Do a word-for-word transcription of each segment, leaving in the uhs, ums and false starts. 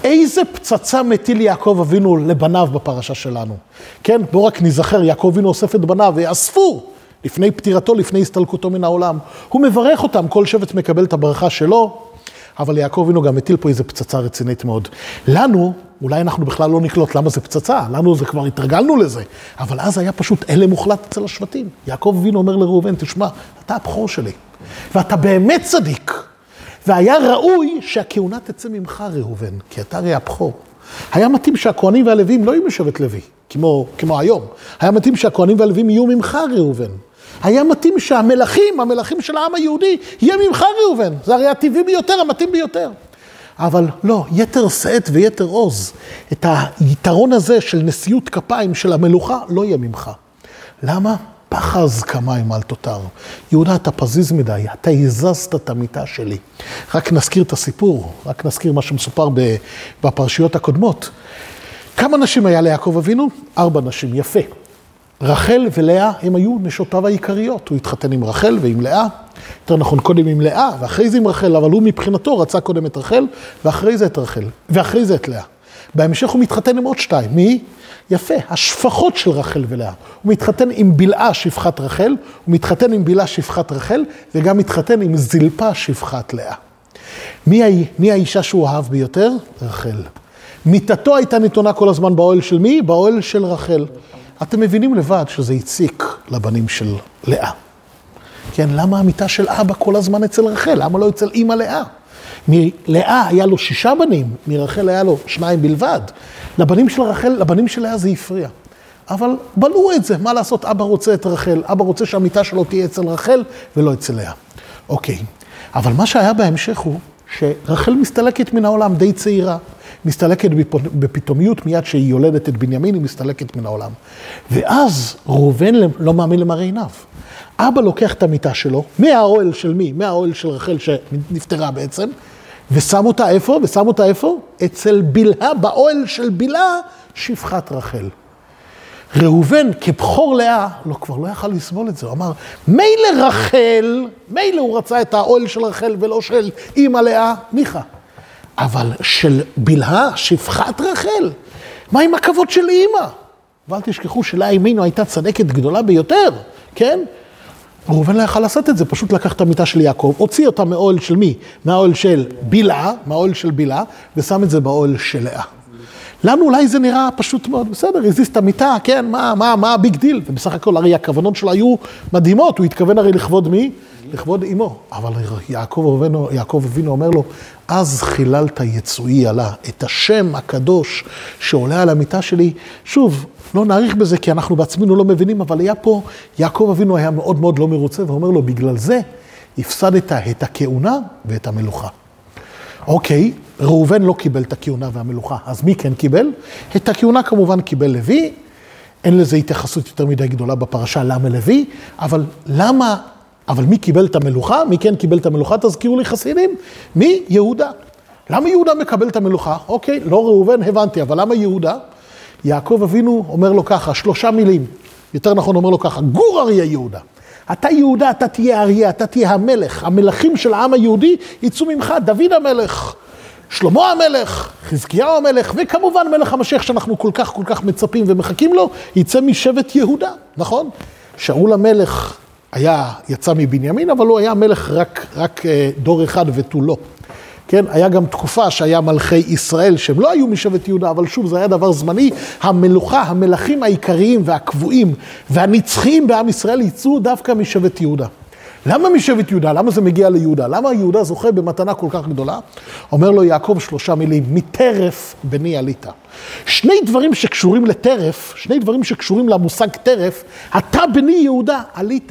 איזה פצצה מטיל יעקב אבינו לבניו בפרשה שלנו. כן, בואו רק נזכר, יעקב אבינו אוסף את בניו ואספו לפני פטירתו, לפני הסתלקותו מן העולם. הוא מברך אותם, כל שבט מקבל את הברכה שלו, אבל יעקב אבינו גם מטיל פה איזה פצצה רצינית מאוד. לנו, אולי אנחנו בכלל לא נקלוט למה זה פצצה, לנו זה כבר התרגלנו לזה, אבל אז היה פשוט אלה מוחלט אצל השבטים. יעקב אבינו אומר לראובן, תשמע, אתה הבכור שלי, ואתה באמת צדיק, והיה ראוי שהכהונה תצא ממך ראובן, כי אתה הרי הבכור. היה מתאים שהכהנים והלווים לא יהיו משבט לוי, כמו, כמו היום. היה מתאים שהכהנים והלווים יהיו ממך ראובן. היה מתאים שהמלכים, המלכים של העם היהודי, יהיה ממך ראובן. זה הרי הטבעי ביותר, המתאים ביותר. אבל לא, יתר שאת ויתר עוז, את היתרון הזה של נשיאות כפיים של המלוכה, לא יהיה ממך. למה? פחז כמים אל תותר. יהודה, אתה פזיז מדי, אתה הזזת את המיטה שלי. רק נזכיר את הסיפור, רק נזכיר מה שמסופר בפרשיות הקודמות. כמה נשים היה ליעקב אבינו? ארבע נשים, יפה. רחל ולאה הם היו נשותיו העיקריות. הוא התחתן עם רחל ועם לאה. יותר נכון, קודם עם לאה ואחרי זה עם רחל, אבל הוא מבחינתו רצה קודם את רחל ואחרי זה את רחל, ואחרי זה את לאה. בהמשך הוא מתחתן עם עוד שתיים. מי? יפה, השפחות של רחל ולאה. הוא מתחתן עם בלעה שפחת רחל, הוא מתחתן עם בלעה שפחת רחל, וגם מתחתן עם זלפה שפחת לאה. מי, מי האישה שהוא אהב ביותר? רחל. מיטתו הייתה נתונה כל הזמן באוהל של מי? באוהל של רחל. אתם מבינים לבד שזה הציק לבנים של לאה. כן, למה המיטה של אבא כל הזמן אצל רחל? למה לא אצל אמא לאה? מלאה היה לו שישה בנים, מרחל היה לו שניים בלבד. לבנים של רחל, לבנים של לאה זה הפריע. אבל בלעו את זה, מה לעשות? אבא רוצה את רחל, אבא רוצה שהמיטה שלו תהיה אצל רחל ולא אצל לאה. אוקיי, אבל מה שהיה בהמשך הוא שרחל מסתלקת מן העולם די צעירה. מסתלקת בפתאומיות מיד שהיא יולדת את בנימין, היא מסתלקת מן העולם. ואז ראובן לא מאמין למראה עיניו. אבא לוקח את המיטה שלו, מהאוהל של מי? מהאוהל של רחל שנפטרה בעצם, ושם אותה איפה? ושם אותה איפה? אצל בלהה, באוהל של בלהה, שפחת רחל. ראובן, כבכור לאה, לא, כבר לא יכל לסבול את זה. הוא אמר, מילא רחל, מילא הוא רצה את האוהל של רחל ולא של אמא לאה, ניחא. אבל של בלהה, שפחת רחל, מה עם הכבוד של אמא? ואל תשכחו שלאה אימנו הייתה צדקת גדולה ביותר, כן? ראובן לא יכל לעשות את זה, פשוט לקח את המיטה של יעקב, הוציא אותה מאוהל של מי? מהאוהל של בלהה, מהאוהל של בלהה, ושם את זה באוהל של לאה. לנו אולי זה נראה פשוט מאוד, בסדר, הזיז את המיטה, כן, מה, מה, מה הביג דיל? ובסך הכל הרי הכוונות שלו היו מדהימות, הוא התכוון הרי לכבוד מי? לכבוד אמו. אבל יעקב אבינו, יעקב אבינו אומר לו, אז חיללת יצואי עלה, את השם הקדוש שעולה על המיטה שלי. שוב, לא נעריך בזה כי אנחנו בעצמנו לא מבינים, אבל היה פה, יעקב אבינו היה מאוד מאוד לא מרוצה, ואומר לו, בגלל זה הפסדת את הכהונה ואת המלוכה. אוקיי, ראובן לא קיבל את הכהונה והמלוכה, אז מי כן קיבל? את הכהונה כמובן קיבל לוי, אין לזה התייחסות יותר מדי גדולה בפרשה, למה לוי, אבל למה, אבל מי קיבל את המלוכה? מי כן קיבל את המלוכה? תזכירו לי חסידים? מי? יהודה. למה יהודה מקבל את המלוכה? אוקיי, לא ראובן, הבנתי, אבל למה יהודה? יעקב אבינו אומר לו ככה, שלושה מילים, יותר נכון אומר לו ככה, גור אריה יהודה. אתה יהודה, אתה תהיה אריה, אתה תהיה המלך. המלכים של העם היהודי יצאו ממך, דוד המלך, שלמה המלך, חזקיהו המלך, וכמובן מלך המשיח שאנחנו כל כך כל כך מצפים ומחכים לו, יצא משבט יהודה, נכון? שאול המלך היה, יצא מבנימין, אבל הוא היה מלך רק, רק דור אחד ותו לא. כן, היה גם תקופה שהיה מלכי ישראל שהם לא היו משבט יהודה, אבל שוב זה היה דבר זמני. המלוכה, המלכים העיקריים והקבועים והנצחיים בעם ישראל יצאו דווקא משבט יהודה. למה משבט יהודה? למה זה מגיע ליהודה? למה יהודה זוכה במתנה כל כך גדולה? אומר לו יעקב שלושה מילים, מטרף בני עלית. שני דברים שקשורים לטרף, שני דברים שקשורים למושג טרף, אתה בני יהודה עלית.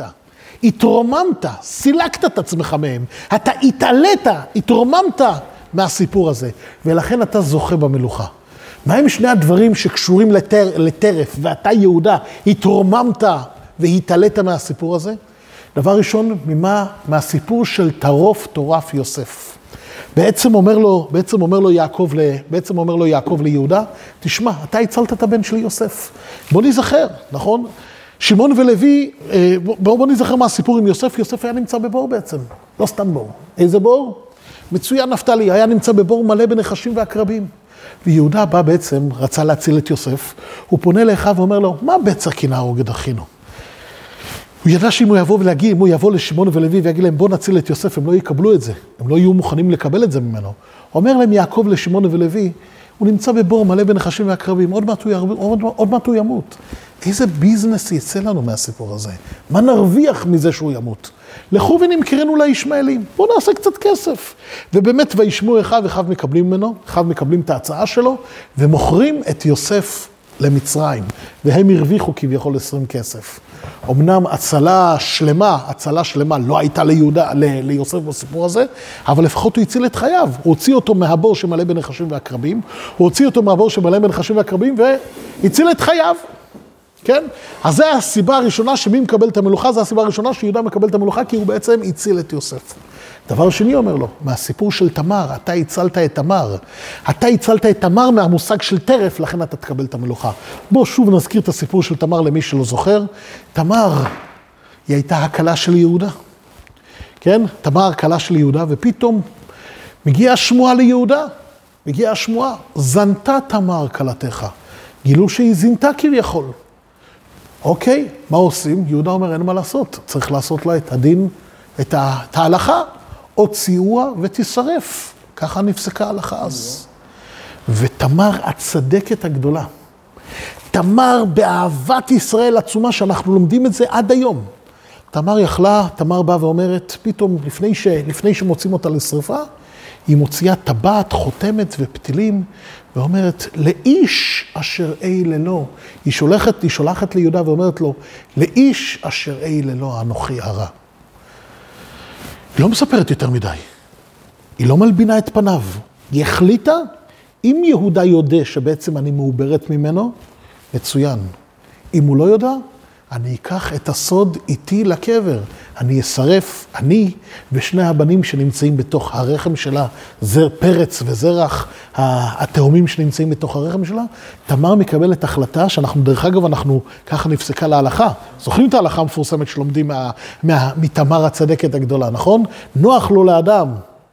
התרוממת, סילקת את עצמך מהם, אתה התעלית, התרוממת מהסיפור הזה, ולכן אתה זוכה במלוכה. מהם שני הדברים שקשורים לטר, לטרף, ואתה יהודה, התרוממת והתעלית מהסיפור הזה? דבר ראשון, ממה? מהסיפור של טרוף טורף יוסף. בעצם אומר לו, בעצם אומר לו יעקב, בעצם אומר לו יעקב ליהודה, תשמע, אתה הצלת את הבן שלי יוסף. בוא נזכר, נכון? שמעון ולוי, בואו בוא נזכר מה הסיפור עם יוסף, יוסף היה נמצא בבור בעצם, לא סתם בור. איזה בור? מצוין נפתלי, היה נמצא בבור מלא בנחשים ועקרבים. ויהודה בא בעצם, רצה להציל את יוסף, הוא פונה לאחיו ואומר לו, מה בצע קנאה רוגד אחינו? הוא ידע שאם הוא יבוא ולהגיד, אם הוא יבוא לשמעון ולוי ויגיד להם, בוא נציל את יוסף, הם לא יקבלו את זה, הם לא יהיו מוכנים לקבל את זה ממנו. אומר להם יעקב לשמעון ולוי, הוא נמצא בבור מלא בנחשים ועקרבים, עוד מעט הוא, ירב... עוד... עוד מעט הוא ימות. איזה ביזנס יצא לנו מהסיפור הזה? מה נרוויח מזה שהוא ימות? לכו ונמכרנו לישמעאלים, בואו נעשה קצת כסף. ובאמת וישמעו אחיו, אחיו מקבלים ממנו, אחיו מקבלים את ההצעה שלו, ומוכרים את יוסף למצרים, והם הרוויחו כביכול עשרים כסף. אמנם הצלה שלמה, הצלה שלמה לא הייתה ליהודה, ל- ליוסף בסיפור הזה, אבל לפחות הוא הציל את חייו. הוא הוציא אותו מהבור שמלא בנחשים ועקרבים, הוא הוציא אותו מהבור שמלא בנחשים ועקרבים, והציל את חייו. כן? אז זו הסיבה הראשונה שמי מקבל את המלוכה, זו הסיבה הראשונה שיהודה מקבל את המלוכה, כי הוא בעצם הציל את יוסף. דבר שני אומר לו, מהסיפור של תמר, אתה הצלת את תמר. אתה הצלת את תמר מהמושג של טרף, לכן אתה תקבל את המלוכה. בואו שוב נזכיר את הסיפור של תמר למי שלא זוכר. תמר, היא הייתה הקלה של יהודה. כן? תמר הקלה של יהודה, ופתאום מגיעה השמועה ליהודה. מגיעה השמועה, זנתה תמר קלתך. גילו שהיא זינתה כביכול. אוקיי, מה עושים? יהודה אומר, אין מה לעשות. צריך לעשות לה את הדין, את ההלכה, הוציאוה ותשרף. ככה נפסקה ההלכה אז. ותמר הצדקת הגדולה. תמר באהבת ישראל עצומה, שאנחנו לומדים את זה עד היום. תמר יכלה, תמר באה ואומרת, פתאום לפני, ש, לפני שמוצאים אותה לשריפה, היא מוציאה טבעת, חותמת ופתילים, ואומרת, לאיש אשר אי ללא, היא שולחת, היא שולחת ליהודה ואומרת לו, לאיש אשר אי ללא אנוכי הרע. היא לא מספרת יותר מדי, היא לא מלבינה את פניו, היא החליטה, אם יהודה יודע שבעצם אני מעוברת ממנו, מצוין. אם הוא לא יודע, אני אקח את הסוד איתי לקבר. אני אשרף, אני ושני הבנים שנמצאים בתוך הרחם שלה, זר פרץ וזרח, התאומים שנמצאים בתוך הרחם שלה, תמר מקבלת החלטה שאנחנו, דרך אגב, אנחנו ככה נפסקה להלכה. זוכרים את ההלכה המפורסמת שלומדים מה, מה, מתמר הצדקת הגדולה, נכון? נוח לו לאדם.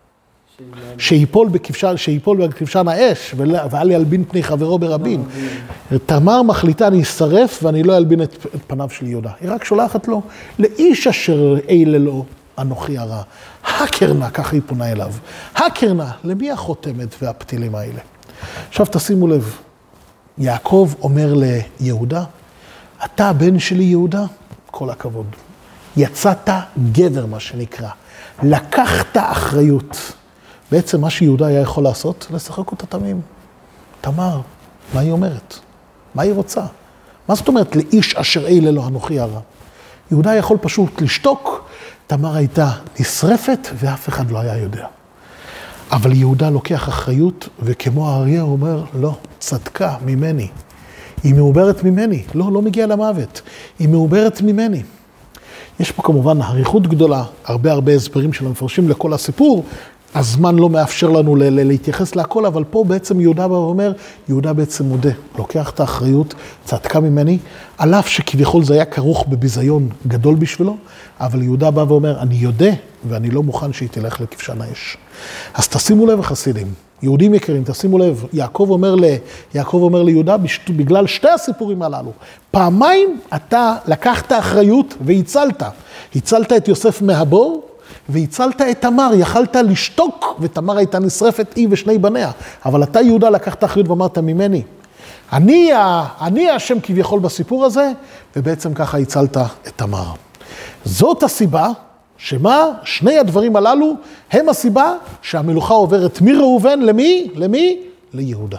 שיפול בכבשן, שיפול בכבשן האש, ואל ילבין פני חברו ברבים. תמר מחליטה, אני אשרף ואני לא ילבין את פניו של יהודה. היא רק שולחת לו, לאיש אשר אי ללא אנוכי הרע. הקרנה, ככה היא פונה אליו. הקרנה, למי החותמת והפתילים האלה? עכשיו תשימו לב, יעקב אומר ליהודה, אתה הבן שלי יהודה, כל הכבוד. יצאת גבר, מה שנקרא. לקחת אחריות. בעצם מה שיהודה היה יכול לעשות, לשחק אותה תמים. תמר, מה היא אומרת? מה היא רוצה? מה זאת אומרת לאיש אשר אי ללא אנוכי הרע? יהודה יכול פשוט לשתוק, תמר הייתה נשרפת ואף אחד לא היה יודע. אבל יהודה לוקח אחריות, וכמו האריה הוא אומר, לא, צדקה ממני. היא מעוברת ממני, לא, לא מגיעה למוות. היא מעוברת ממני. יש פה כמובן אריכות גדולה, הרבה הרבה הסברים של המפרשים לכל הסיפור, הזמן לא מאפשר לנו ל- ל- להתייחס להכל, אבל פה בעצם יהודה בא ואומר, יהודה בעצם מודה, לוקח את האחריות, צדקה ממני, על אף שכביכול זה היה כרוך בביזיון גדול בשבילו, אבל יהודה בא ואומר, אני יודע, ואני לא מוכן שהיא תלך לכבשן האש. אז תשימו לב החסידים, יהודים יקרים, תשימו לב, יעקב אומר, ל- יעקב אומר ליהודה, בגלל שתי הסיפורים הללו, פעמיים אתה לקחת אחריות והצלת, הצלת את יוסף מהבור, והצלת את תמר, יכלת לשתוק, ותמר הייתה נשרפת, היא ושני בניה. אבל אתה יהודה לקחת אחריות ואמרת ממני, אני, אני השם כביכול בסיפור הזה, ובעצם ככה הצלת את תמר. זאת הסיבה, שמה? שני הדברים הללו, הם הסיבה שהמלוכה עוברת מראובן למי? למי? ליהודה.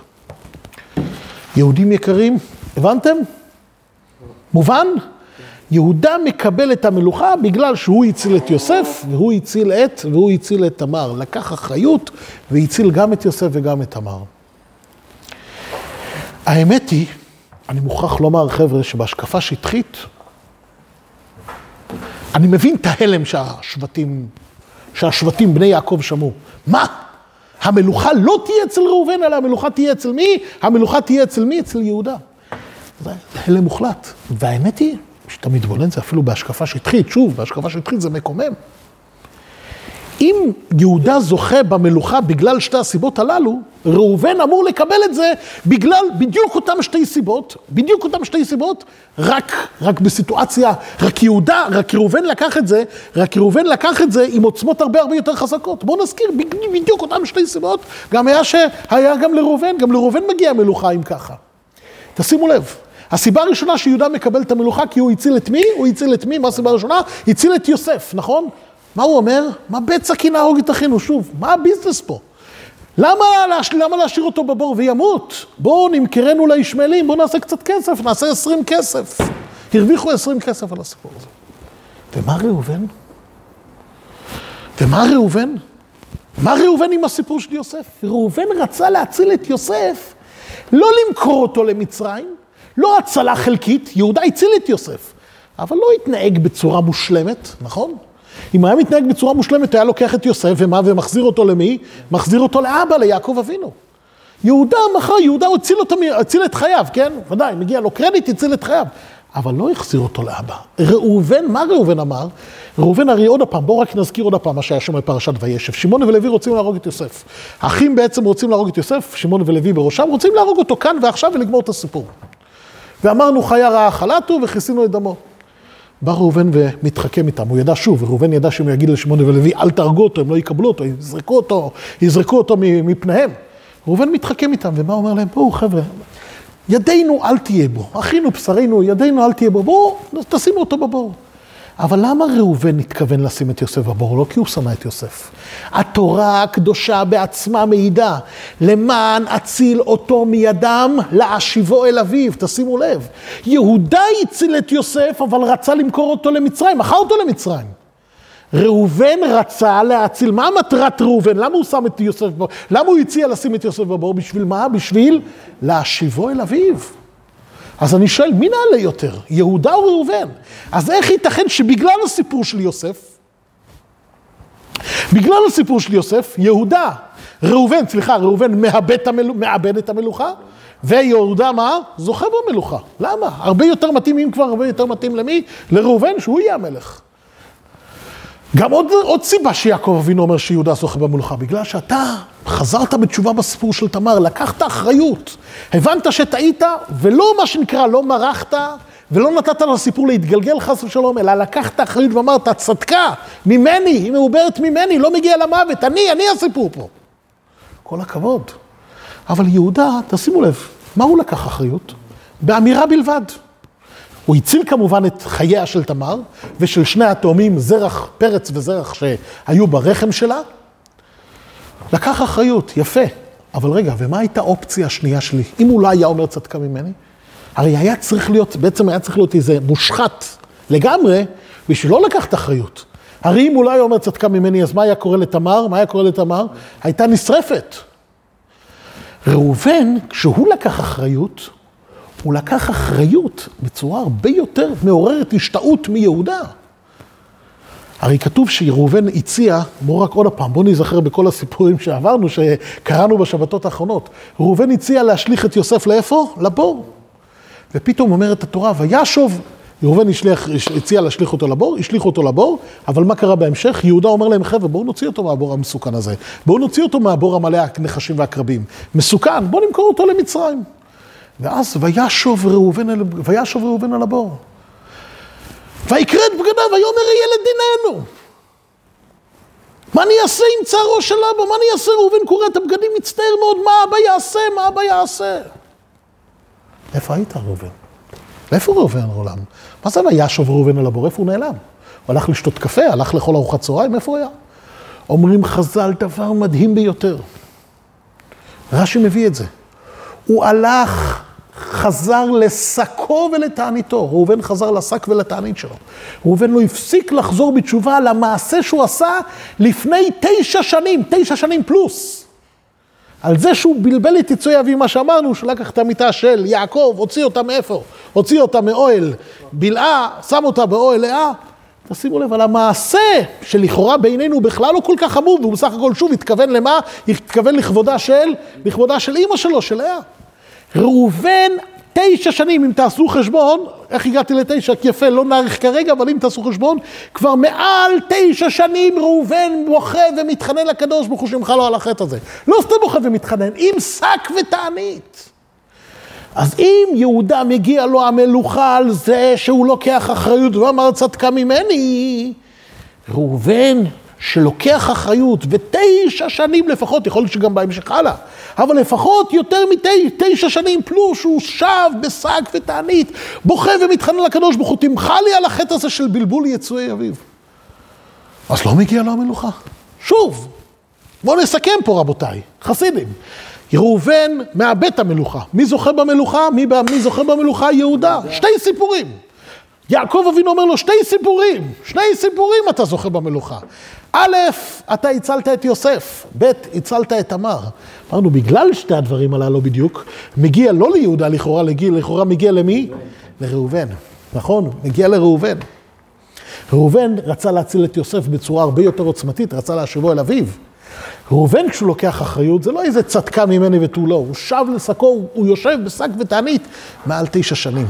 יהודים יקרים, הבנתם? מובן? יהודה מקבל את המלוכה בגלל שהוא הציל את יוסף, והוא הציל את, והוא הציל את תמר. לקח אחריות והציל גם את יוסף וגם את תמר. האמת היא, אני מוכרח לומר, חבר'ה, שבהשקפה שטחית, אני מבין את ההלם שהשבטים, שהשבטים בני יעקב שמעו. מה? המלוכה לא תהיה אצל ראובן, אלא המלוכה תהיה אצל מי? המלוכה תהיה אצל מי? אצל יהודה. זה הלם מוחלט. והאמת היא, שאתה מתבונן, זה אפילו בהשקפה שטחית, שוב, בהשקפה שטחית זה מקומם. אם יהודה זוכה במלוכה בגלל שתי הסיבות הללו, ראובן אמור לקבל את זה בגלל בדיוק אותם שתי סיבות, בדיוק אותם שתי סיבות, רק, רק בסיטואציה, רק יהודה, רק ראובן לקח את זה, רק ראובן לקח את זה עם עוצמות הרבה הרבה יותר חזקות. בואו נזכיר, בדיוק אותם שתי סיבות, גם היה שהיה גם לראובן, גם לראובן מגיע המלוכה אם ככה. תשימו לב, הסיבה הראשונה שיהודה מקבל את המלוכה, כי הוא הציל את מי? הוא הציל את מי? מה הסיבה הראשונה? הציל את יוסף, נכון? מה הוא אומר? מה בצע כי נהרוג את אחינו? שוב, מה הביזנס פה? למה, למה להשאיר אותו בבור וימות? בואו נמכרנו לישמעאלים, בואו נעשה קצת כסף, נעשה עשרים כסף. הרוויחו עשרים כסף על הסיפור הזה. ומה ראובן? ומה ראובן? מה ראובן עם הסיפור של יוסף? ראובן רצה להציל את יוסף, לא למכור אותו למצרים, לא הצלה חלקית, יהודה הציל את יוסף, אבל לא התנהג בצורה מושלמת, נכון? אם היה מתנהג בצורה מושלמת, היה לוקח את יוסף ומה, ומחזיר אותו למי? מחזיר אותו לאבא, ליעקב אבינו. יהודה מחר, יהודה הציל, אותו, הציל את חייו, כן? ודאי, מגיע לו קרדיט, הציל את חייו. אבל לא החזיר אותו לאבא. ראובן, מה ראובן אמר? ראובן הרי עוד הפעם, בואו רק נזכיר עוד הפעם מה שהיה שם בפרשת וישב. שמעון ולוי רוצים להרוג את יוסף. האחים בעצם רוצים להרוג את יוסף, שמעון ולוי בראשם, רוצים להרוג אותו כאן ועכשיו ולגמור את הסיפור. ואמרנו חיה רעה חלטו וכיסינו את דמו. בא ראובן ומתחכם איתם, הוא ידע שוב, ראובן ידע שאם הוא יגיד לשמעון ולוי, אל תהרגו אותו, הם לא יקבלו אותו, יזרקו אותו, יזרקו אותו מפניהם. ראובן מתחכם איתם, ומה אומר להם? בואו חבר'ה, ידינו אל תהיה בו, אחינו בשרינו, ידינו אל תהיה בו, בואו תשימו אותו בבור. אבל למה ראובן התכוון לשים את יוסף בבור? לא כי הוא שנא את יוסף. התורה הקדושה בעצמה מעידה, למען אציל אותו מידם, להשיבו אל אביו, תשימו לב. יהודה הציל את יוסף, אבל רצה למכור אותו למצרים, מכר אותו למצרים. ראובן רצה להציל, מה מטרת ראובן? למה הוא שם את יוסף בבור? למה הוא הציע לשים את יוסף בבור? בשביל מה? בשביל להשיבו אל אביו. אז אני שואל, מי נעלה יותר? יהודה או ראובן? אז איך ייתכן שבגלל הסיפור של יוסף, בגלל הסיפור של יוסף, יהודה, ראובן, סליחה, ראובן מאבד, המלו, מאבד את המלוכה, ויהודה מה? זוכה במלוכה. למה? הרבה יותר מתאים, אם כבר הרבה יותר מתאים למי? לראובן, שהוא יהיה המלך. גם עוד, עוד סיבה שיעקב אבינו אומר שיהודה זוכה במלוכה, בגלל שאתה חזרת בתשובה בסיפור של תמר, לקחת אחריות, הבנת שטעית, ולא מה שנקרא, לא מרחת, ולא נתת לסיפור להתגלגל חס ושלום, אלא לקחת אחריות ואמרת, צדקה, ממני, היא מעוברת ממני, לא מגיע למוות, אני, אני הסיפור פה. כל הכבוד. אבל יהודה, תשימו לב, מה הוא לקח אחריות? באמירה בלבד. הוא הציל כמובן את חייה של תמר, ושל שני התאומים, זרח פרץ וזרח שהיו ברחם שלה. לקח אחריות, יפה. אבל רגע, ומה הייתה האופציה השנייה שלי? אם הוא לא היה אומר צדקה ממני, הרי היה צריך להיות, בעצם היה צריך להיות איזה מושחת לגמרי, בשביל לא לקחת אחריות. הרי אם הוא לא היה אומר צדקה ממני, אז מה היה קורה לתמר? מה היה קורה לתמר? הייתה נשרפת. ראובן, כשהוא לקח אחריות, הוא לקח אחריות בצורה הרבה יותר מעוררת השתאות מיהודה. הרי כתוב שראובן הציע, בואו רק עוד הפעם, בואו נזכר בכל הסיפורים שעברנו, שקראנו בשבתות האחרונות. ראובן הציע להשליך את יוסף לאיפה? לבור. ופתאום אומרת התורה, וישוב, ראובן הציע להשליך אותו לבור, השליך אותו לבור, אבל מה קרה בהמשך? יהודה אומר להם, חבר'ה, בואו נוציא אותו מהבור המסוכן הזה. בואו נוציא אותו מהבור המלא הנחשים והקרבים. מסוכן, בואו נמכור אותו למצרים. ואז וישוב ראובן, וישוב ראובן על הבור. ויקרא את בגדיו, ויאמר הילד דיננו. מה אני אעשה עם צערו של אבא? מה אני אעשה? ראובן קורא את הבגדים, מצטער מאוד, מה אבא יעשה? מה אבא יעשה? איפה היית ראובן? איפה ראובן עולם? מה זה וישוב ראובן על הבור? איפה הוא נעלם? הוא הלך לשתות קפה, הלך לאכול ארוחת צהריים, איפה הוא היה? אומרים חז"ל דבר מדהים ביותר. רש"י מביא את זה. הוא הלך, חזר לשקו ולתעניתו. ראובן חזר לשק ולתענית שלו. ראובן לא הפסיק לחזור בתשובה על המעשה שהוא עשה לפני תשע שנים, תשע שנים פלוס. על זה שהוא בלבל את יצואי אבי, מה שאמרנו, שלקח את המיטה של יעקב, הוציא אותה מאיפה? הוציא אותה מאוהל בלעה, שם אותה באוהל לאה. תשימו לב על המעשה שלכאורה בינינו בכלל לא כל כך חמור, והוא בסך הכל שוב התכוון למה? התכוון לכבודה של, לכבודה של אמא שלו, של לאה. ראובן תשע שנים, אם תעשו חשבון, איך הגעתי לתשע? יפה, לא נעריך כרגע, אבל אם תעשו חשבון, כבר מעל תשע שנים ראובן בוכה ומתחנן לקדוש ברוך הוא שמחה לו על החטא הזה. לא סתם בוכה ומתחנן, עם שק ותענית. אז אם יהודה מגיע לו המלוכה על זה שהוא לוקח אחריות ואמר צדקה ממני, ראובן שלוקח אחריות ותשע שנים לפחות, יכול להיות שגם בהמשך הלאה, אבל לפחות יותר מתשע שנים פלוס שהוא שב בשק ותענית, בוכה ומתחנן לקדוש ברוך הוא, תמחה לי על החטא הזה של בלבול יצואי אביו. אז לא מגיע לו המלוכה. שוב, בואו נסכם פה רבותיי, חסידים. ראובן מאבד את המלוכה. מי זוכה במלוכה? מי, מי זוכה במלוכה? יהודה. שתי סיפורים. יעקב אבינו אומר לו, שתי סיפורים. שני סיפורים אתה זוכה במלוכה. א', אתה הצלת את יוסף. ב', הצלת את תמר. אמרנו, בגלל שתי הדברים הללו בדיוק, מגיע לא ליהודה לכאורה, לכאורה מגיע למי? לראובן. נכון? מגיע לראובן. ראובן רצה להציל את יוסף בצורה הרבה יותר עוצמתית, רצה להשיבו אל אביו. ראובן כשהוא לוקח אחריות, זה לא איזה צדקה ממני ותו לא, הוא שב לסקו, הוא יושב בשק ותענית מעל תשע שנים.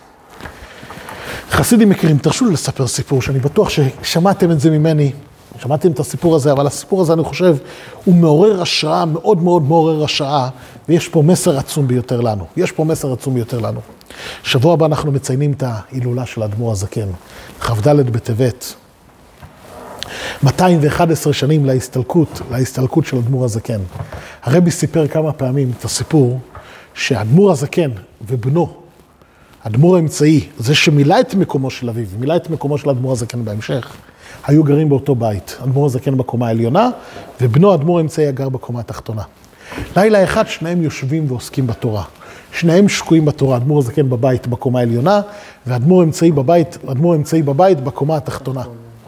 חסידים מכירים, תרשו לי לספר סיפור, שאני בטוח ששמעתם את זה ממני, שמעתם את הסיפור הזה, אבל הסיפור הזה אני חושב, הוא מעורר השראה, מאוד מאוד מעורר השראה, ויש פה מסר עצום ביותר לנו, יש פה מסר עצום ביותר לנו. שבוע הבא אנחנו מציינים את ההילולה של האדמו"ר הזקן, כ"ד בטבת. מאתיים ואחת עשרה שנים להסתלקות, להסתלקות של האדמו"ר הזקן. הרבי סיפר כמה פעמים את הסיפור שהאדמו"ר הזקן ובנו, האדמו"ר האמצעי, זה שמילא את מקומו של אביו, מילא את מקומו של האדמו"ר הזקן בהמשך, היו גרים באותו בית. האדמו"ר הזקן בקומה העליונה, ובנו האדמו"ר האמצעי הגר בקומה התחתונה. לילה אחד שניהם יושבים ועוסקים בתורה. שניהם שקועים בתורה, האדמו"ר הזקן בבית בקומה העליונה, והאדמו"ר האמצעי בבית, האדמו"ר האמצעי בבית בקומה התחתונה.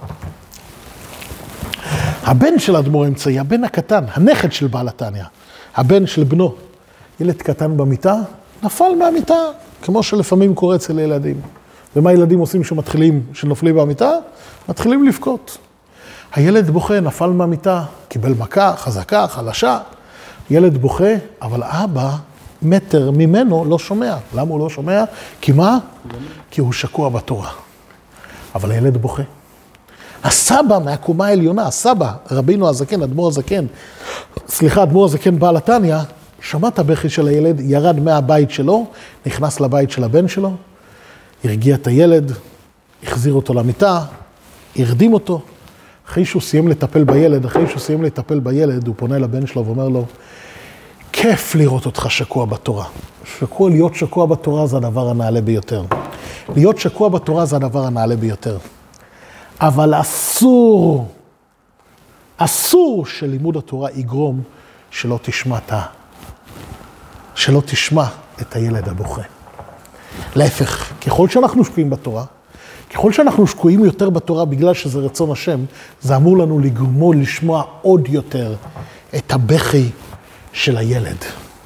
הבן של האדמו"ר האמצעי, הבן הקטן, הנכד של בעל התניא, הבן של בנו, ילד קטן במיטה, נפל מהמיטה, כמו שלפעמים קורה אצל ילדים. ומה ילדים עושים שמתחילים, שנופלים במיטה? מתחילים לבכות. הילד בוכה, נפל מהמיטה, קיבל מכה, חזקה, חלשה. ילד בוכה, אבל אבא מטר ממנו לא שומע. למה הוא לא שומע? כי מה? כי הוא שקוע בתורה. אבל הילד בוכה. הסבא מהקומה העליונה, הסבא, רבינו הזקן, אדמו"ר הזקן, סליחה, אדמו"ר הזקן בעל התניא, שמע את הבכי של הילד, ירד מהבית שלו, נכנס לבית של הבן שלו, הרגיע את הילד, החזיר אותו למיטה, הרדים אותו. אחרי שהוא סיים לטפל בילד, אחרי שהוא סיים לטפל בילד, הוא פונה לבן שלו ואומר לו, כיף לראות אותך שקוע בתורה. שקוע, להיות שקוע בתורה זה הדבר הנעלה ביותר. להיות שקוע בתורה זה הדבר הנעלה ביותר. אבל אסור, אסור שלימוד התורה יגרום שלא תשמע את ה... שלא תשמע את הילד הבוכה. להפך, ככל שאנחנו שקועים בתורה, ככל שאנחנו שקועים יותר בתורה בגלל שזה רצון השם, זה אמור לנו לגרום לשמוע עוד יותר את הבכי של הילד.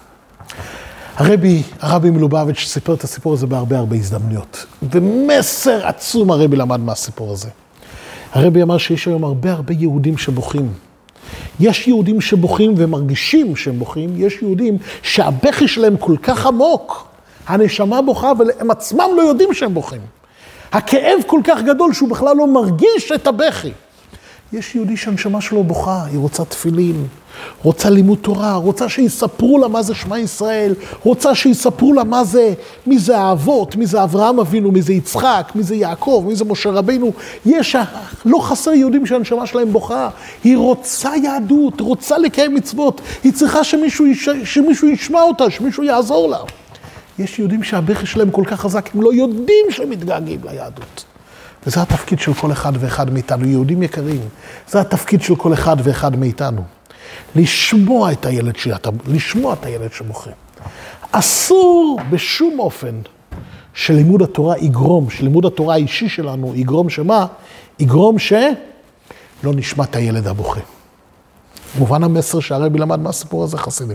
הרבי, הרבי מלובביץ' סיפר את הסיפור הזה בהרבה הרבה הזדמנויות, ומסר עצום הרבי למד מהסיפור הזה. הרבי אמר שיש היום הרבה הרבה יהודים שבוכים. יש יהודים שבוכים ומרגישים שהם בוכים, יש יהודים שהבכי שלהם כל כך עמוק, הנשמה בוכה והם עצמם לא יודעים שהם בוכים. הכאב כל כך גדול שהוא בכלל לא מרגיש את הבכי. יש יהודי שהנשמה שלו בוכה, היא רוצה תפילין, רוצה לימוד תורה, רוצה שיספרו לה מה זה שמע ישראל, רוצה שיספרו לה מה זה, מי זה האבות, מי זה אברהם אבינו, מי זה יצחק, מי זה יעקב, מי זה משה רבינו. יש, לא חסר יהודים שהנשמה שלהם בוכה. היא רוצה יהדות, רוצה לקיים מצוות, היא צריכה שמישהו, שמישהו ישמע אותה, שמישהו יעזור לה. יש יהודים שהבכי שלהם כל כך חזק, הם לא יודעים שהם מתגעגעים ליהדות. וזה התפקיד של כל אחד ואחד מאיתנו, יהודים יקרים. זה התפקיד של כל אחד ואחד מאיתנו. לשמוע את הילד שאתה, לשמוע את הילד שבוכה. אסור בשום אופן שלימוד התורה יגרום, שלימוד התורה האישי שלנו יגרום שמה? יגרום שלא נשמע את הילד הבוכה. מובן המסר שהרבי למד מהסיפור הזה חסידים.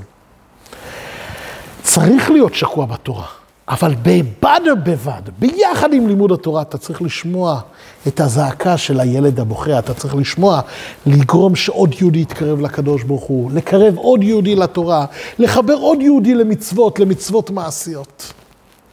צריך להיות שקוע בתורה. אבל בבד בבד, ביחד עם לימוד התורה, אתה צריך לשמוע את הזעקה של הילד הבוכה, אתה צריך לשמוע, לגרום שעוד יהודי יתקרב לקדוש ברוך הוא, לקרב עוד יהודי לתורה, לחבר עוד יהודי למצוות, למצוות מעשיות.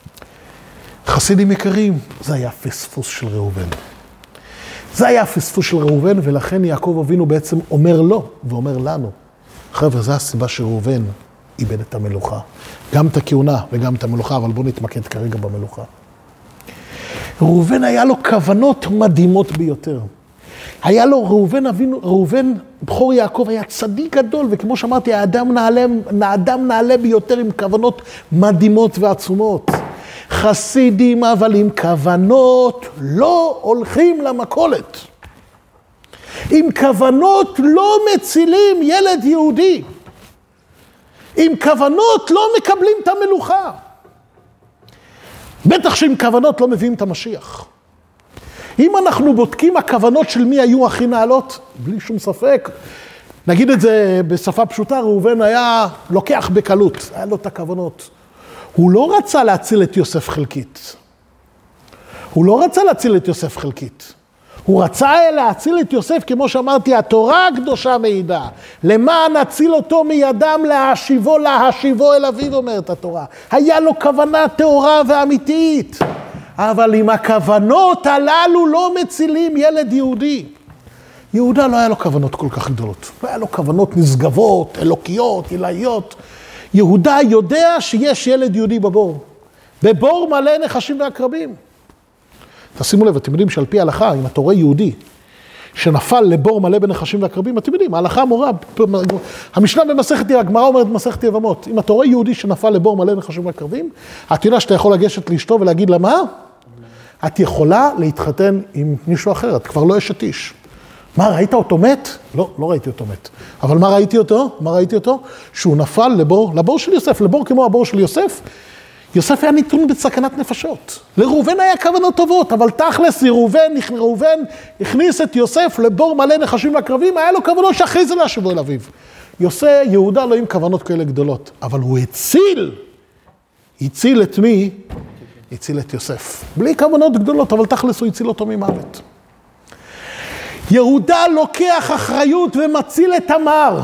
חסידים יקרים, זה היה פספוס של ראובן. זה היה פספוס של ראובן, ולכן יעקב אבינו בעצם אומר לו, ואומר לנו, חבר'ה, זו הסיבה שראובן איבד את המלוכה. גם את הכהונה וגם את המלוכה, אבל בואו נתמקד כרגע במלוכה. ראובן היה לו כוונות מדהימות ביותר. היה לו, ראובן אבינו, ראובן, בכור יעקב היה צדיק גדול, וכמו שאמרתי, האדם נעלה, האדם נעלה ביותר עם כוונות מדהימות ועצומות. חסידים אבל עם כוונות לא הולכים למכולת. עם כוונות לא מצילים ילד יהודי. עם כוונות לא מקבלים את המלוכה. בטח שעם כוונות לא מביאים את המשיח. אם אנחנו בודקים הכוונות של מי היו הכי נעלות, בלי שום ספק, נגיד את זה בשפה פשוטה, ראובן היה לוקח בקלות, היה לו את הכוונות. הוא לא רצה להציל את יוסף חלקית. הוא לא רצה להציל את יוסף חלקית. הוא רצה להציל את יוסף, כמו שאמרתי, התורה הקדושה מעידה. למען נציל אותו מידם להשיבו, להשיבו אל אביו, אומרת התורה. היה לו כוונה טהורה ואמיתית. אבל עם הכוונות הללו לא מצילים ילד יהודי. יהודה לא היה לו כוונות כל כך גדולות. לא היה לו כוונות נשגבות, אלוקיות, עילאיות. יהודה יודע שיש ילד יהודי בבור. בבור מלא נחשים ועקרבים. תשימו לב, אתם יודעים שעל פי ההלכה, אם אתה רואה יהודי שנפל לבור מלא בנחשים ועקרבים, אתם יודעים, ההלכה המורה, המשנה במסכת, הגמרא אומרת במסכת יבמות, אם אתה רואה יהודי שנפל לבור מלא בנחשים ועקרבים, אתה יודע שאתה יכול לגשת לאשתו ולהגיד לה מה? את יכולה להתחתן עם מישהו אחר, את כבר לא אשת איש. מה, ראית אותו מת? לא, לא ראיתי אותו מת. אבל מה ראיתי אותו? מה ראיתי אותו? שהוא נפל לבור, לבור של יוסף, לבור כמו הבור של יוסף. יוסף היה נתון בסכנת נפשות. לראובן היה כוונות טובות, אבל תכלס ראובן, ראובן הכניס את יוסף לבור מלא נחשים ועקרבים, היה לו כוונות שאחרי זה להשיבו אל אביו. יוסף, יהודה לא עם כוונות כאלה גדולות, אבל הוא הציל, הציל את מי? הציל את יוסף. בלי כוונות גדולות, אבל תכלס הוא הציל אותו ממוות. יהודה לוקח אחריות ומציל את תמר.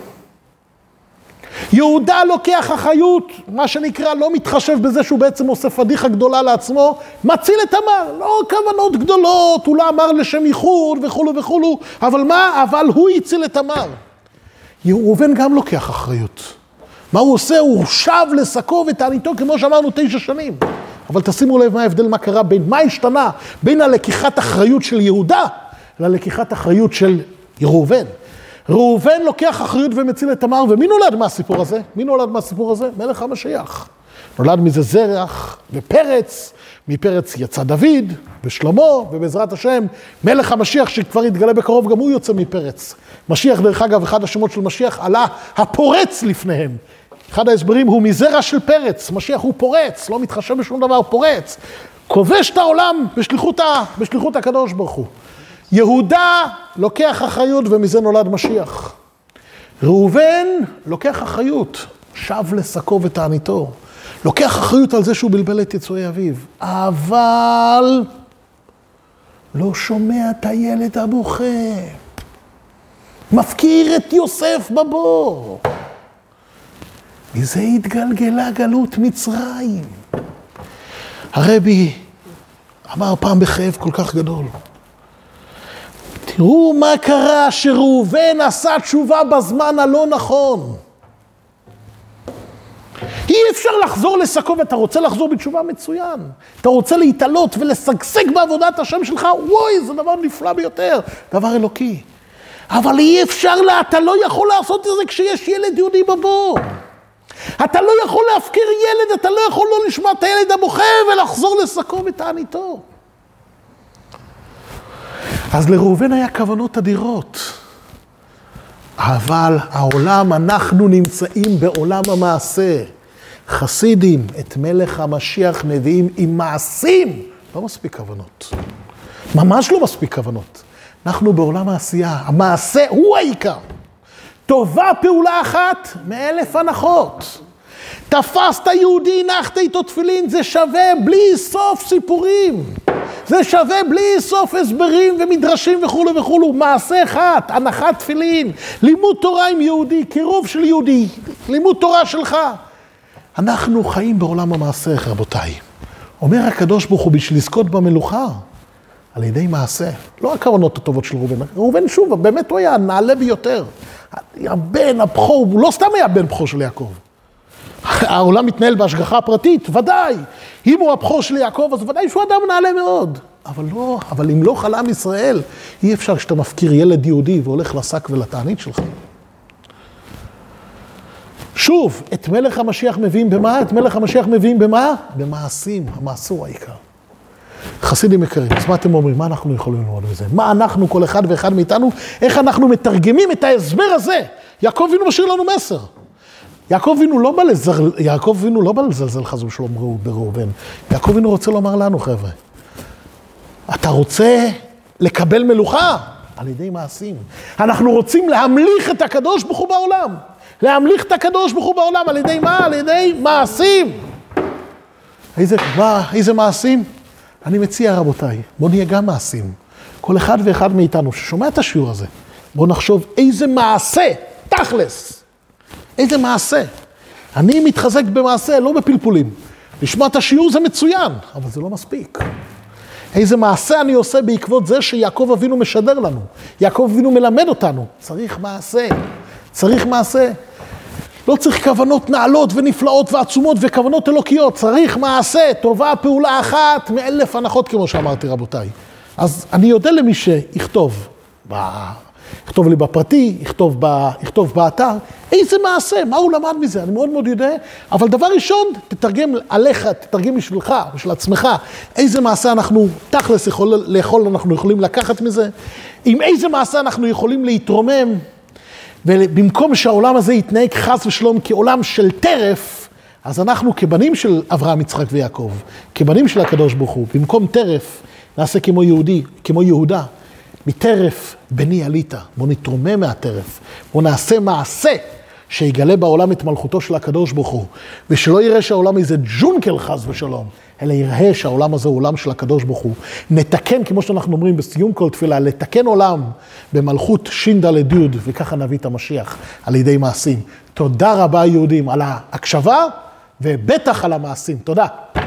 יהודה לוקח אחריות, מה שנקרא, לא מתחשב בזה שהוא בעצם עושה פדיחה גדולה לעצמו, מציל את תמר, לא כוונות גדולות, הוא לא אמר לשם ייחוד וכולו וכולו, אבל מה? אבל הוא הציל את תמר. ראובן גם לוקח אחריות. מה הוא עושה? הוא שב לסקו ותעניתו, כמו שאמרנו, תשע שנים. אבל תשימו לב מה ההבדל, מה קרה, בין, מה השתנה בין הלקיחת אחריות של יהודה ללקיחת אחריות של ראובן. ראובן לוקח אחריות ומציל את תמר, ומי נולד מהסיפור הזה? מי נולד מהסיפור הזה? מלך המשיח. נולד מזה זרח ופרץ, מפרץ יצא דוד ושלמה, ובעזרת השם, מלך המשיח שכבר יתגלה בקרוב, גם הוא יוצא מפרץ. משיח, דרך אגב, אחד השמות של משיח, עלה הפורץ לפניהם. אחד ההסברים הוא מזרע של פרץ, משיח הוא פורץ, לא מתחשב בשום דבר, פורץ. כובש את העולם בשליחות, בשליחות הקדוש ברוך הוא. יהודה לוקח אחריות ומזה נולד משיח. ראובן לוקח אחריות, שב לסקו ותעניתו. לוקח אחריות על זה שהוא בלבל את יצואי אביו. אבל לא שומע את הילד הבוכה. מפקיר את יוסף בבור. מזה התגלגלה גלות מצרים. הרבי אמר פעם בכאב כל כך גדול. תראו מה קרה שראובן עשה תשובה בזמן הלא נכון. אי אפשר לחזור לסקו, ואתה רוצה לחזור בתשובה מצוין. אתה רוצה להתעלות ולסגסג בעבודת השם שלך, וואי, זה דבר נפלא ביותר, דבר אלוקי. אבל אי אפשר, לה, אתה לא יכול לעשות את זה כשיש ילד יהודי בבור. אתה לא יכול להפקיר ילד, אתה לא יכול לא לשמוע את הילד הבוכה ולחזור לסקו ותעניתו. אז לראובן היה כוונות אדירות. אבל העולם, אנחנו נמצאים בעולם המעשה. חסידים, את מלך המשיח מביאים עם מעשים. לא מספיק כוונות. ממש לא מספיק כוונות. אנחנו בעולם העשייה. המעשה הוא העיקר. טובה פעולה אחת מאלף הנחות. תפסת יהודי, נחת איתו תפילין, זה שווה בלי סוף סיפורים. זה שווה בלי סוף הסברים ומדרשים וכו' וכו'. מעשה אחד, הנחת תפילין, לימוד תורה עם יהודי, קירוב של יהודי, לימוד תורה שלך. אנחנו חיים בעולם המעשה, רבותיי. אומר הקדוש ברוך הוא בשביל לזכות במלוכה, על ידי מעשה. לא הכוונות הטובות של ראובן. ראובן שוב, באמת הוא היה הנעלה ביותר. הבן, הבכור, הוא לא סתם היה בן בכור של יעקב. העולם מתנהל בהשגחה הפרטית, ודאי. אם הוא הבכור של יעקב, אז ודאי שהוא אדם נעלה מאוד. אבל לא, אבל אם לא חלם ישראל, אי אפשר שאתה מפקיר ילד יהודי והולך לשק ולתענית שלך. שוב, את מלך המשיח מביאים במה? את מלך המשיח מביאים במה? במעשים, המעשור העיקר. חסידים יקרים, אז מה אתם אומרים? מה אנחנו יכולים ללמוד בזה? מה אנחנו, כל אחד ואחד מאיתנו, איך אנחנו מתרגמים את ההסבר הזה? יעקב אבינו משאיר לנו מסר. יעקב אבינו לא בא לזל, יעקב אבינו לא בא לזלזל חס ושלום בראובן. יעקב אבינו רוצה לומר לנו, חבר'ה, אתה רוצה לקבל מלוכה? על ידי מעשים. אנחנו רוצים להמליך את הקדוש ברוך הוא בעולם. להמליך את הקדוש ברוך הוא בעולם, על ידי מה? על ידי מעשים. איזה, מה, איזה מעשים? אני מציע, רבותיי, בוא נהיה גם מעשים. כל אחד ואחד מאיתנו ששומע את השיעור הזה, בוא נחשוב איזה מעשה, תכלס. איזה מעשה. אני מתחזק במעשה, לא בפלפולים. לשמוע את השיעור זה מצוין, אבל זה לא מספיק. איזה מעשה אני עושה בעקבות זה שיעקב אבינו משדר לנו. יעקב אבינו מלמד אותנו. צריך מעשה. צריך מעשה. לא צריך כוונות נעלות ונפלאות ועצומות וכוונות אלוקיות. צריך מעשה. טובה פעולה אחת מאלף הנחות, כמו שאמרתי, רבותיי. אז אני יודע למי שיכתוב, יכתוב לי בפרטי, יכתוב, ב, יכתוב באתר, איזה מעשה, מה הוא למד מזה? אני מאוד מאוד יודע, אבל דבר ראשון, תתרגם עליך, תתרגם בשבילך, בשביל עצמך, איזה מעשה אנחנו, תכלס יכול, לאכול, אנחנו יכולים לקחת מזה, עם איזה מעשה אנחנו יכולים להתרומם, ובמקום שהעולם הזה יתנהג חס ושלום כעולם של טרף, אז אנחנו כבנים של אברהם, יצחק ויעקב, כבנים של הקדוש ברוך הוא, במקום טרף, נעשה כמו יהודי, כמו יהודה, מטרף בני עלית, בוא נתרומם מהטרף, בוא נעשה מעשה שיגלה בעולם את מלכותו של הקדוש ברוך הוא, ושלא יראה שהעולם איזה ג'ונקל חס ושלום, אלא יראה שהעולם הזה הוא עולם של הקדוש ברוך הוא. נתקן, כמו שאנחנו אומרים בסיום כל תפילה, לתקן עולם במלכות שינדה לדיוד, וככה נביא את המשיח על ידי מעשים. תודה רבה יהודים על ההקשבה, ובטח על המעשים. תודה.